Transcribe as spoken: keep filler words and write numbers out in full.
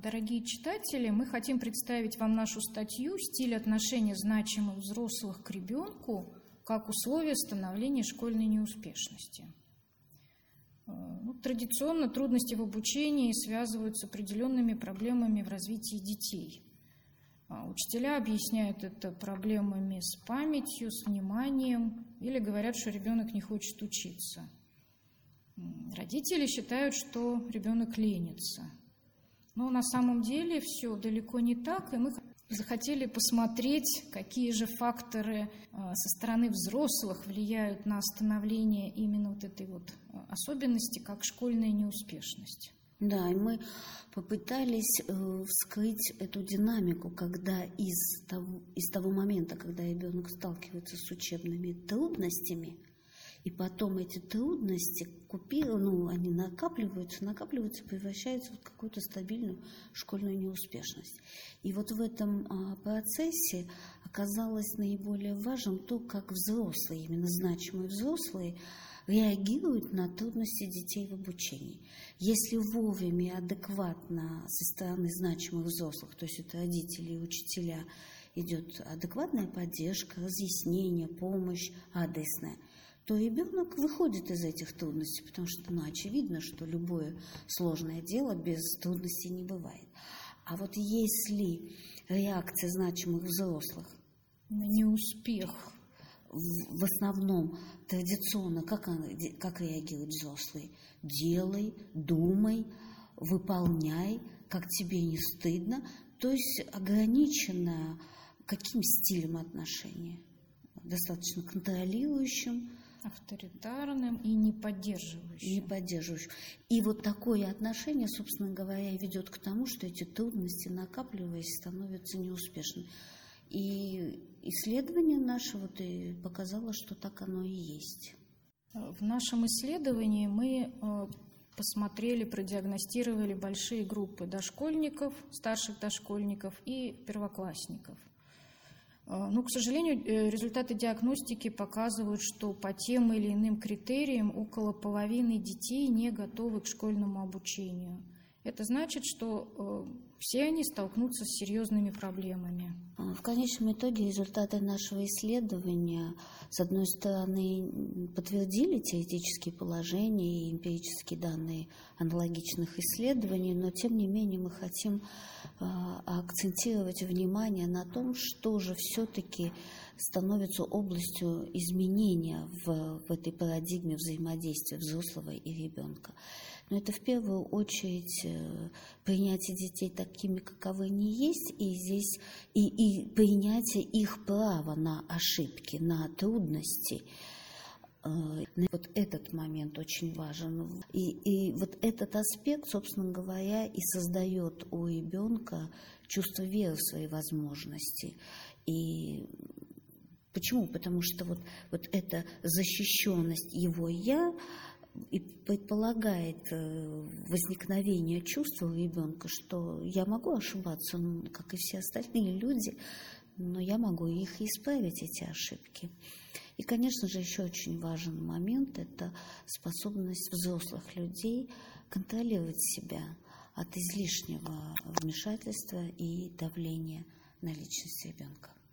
Дорогие читатели, мы хотим представить вам нашу статью «Стиль отношения значимых взрослых к ребенку как условие становления школьной неуспешности». Ну, традиционно трудности в обучении связываются с определенными проблемами в развитии детей. Учителя объясняют это проблемами с памятью, с вниманием, или говорят, что ребенок не хочет учиться. Родители считают, что ребенок ленится. Но на самом деле все далеко не так, и мы захотели посмотреть, какие же факторы со стороны взрослых влияют на становление именно вот этой вот особенности, как школьная неуспешность. Да, и мы попытались э, вскрыть эту динамику, когда из того, из того момента, когда ребенок сталкивается с учебными трудностями, и потом эти трудности купи, ну, они накапливаются, накапливаются, превращаются в какую-то стабильную школьную неуспешность. И вот в этом а, процессе оказалось наиболее важным то, как взрослые, именно значимые взрослые, реагируют на трудности детей в обучении. Если вовремя и адекватно со стороны значимых взрослых, то есть это родители и учителя, идет адекватная поддержка, разъяснение, помощь адресная, то ребенок выходит из этих трудностей, потому что, ну, очевидно, что любое сложное дело без трудностей не бывает. А вот если реакция значимых взрослых на неуспех, в, в основном традиционно, как, она, как реагируют взрослые? Делай, думай, выполняй, как тебе не стыдно. То есть ограничено каким стилем отношения? Достаточно контролирующим, авторитарным и не поддерживающим. Не поддерживающим. И вот такое отношение, собственно говоря, ведет к тому, что эти трудности, накапливаясь, становятся неуспешными. И исследование наше вот и показало, что так оно и есть. В нашем исследовании мы посмотрели, продиагностировали большие группы дошкольников, старших дошкольников и первоклассников. Но, к сожалению, результаты диагностики показывают, что по тем или иным критериям около половины детей не готовы к школьному обучению. Это значит, что все они столкнутся с серьезными проблемами. В конечном итоге результаты нашего исследования, с одной стороны, подтвердили теоретические положения и эмпирические данные аналогичных исследований, но тем не менее мы хотим акцентировать внимание на том, что же все-таки становится областью изменения в, в этой парадигме взаимодействия взрослого и ребенка. Но это в первую очередь принятие детей такими, каковы они есть, и здесь и, и принятие их права на ошибки, на трудности. Вот этот момент очень важен. И, и вот этот аспект, собственно говоря, и создает у ребенка чувство веры в свои возможности. И почему? Потому что вот, вот эта защищенность его «я» и предполагает возникновение чувства у ребенка, что я могу ошибаться, как и все остальные люди, но я могу их исправить, эти ошибки. И, конечно же, еще очень важен момент – это способность взрослых людей контролировать себя от излишнего вмешательства и давления на личность ребенка.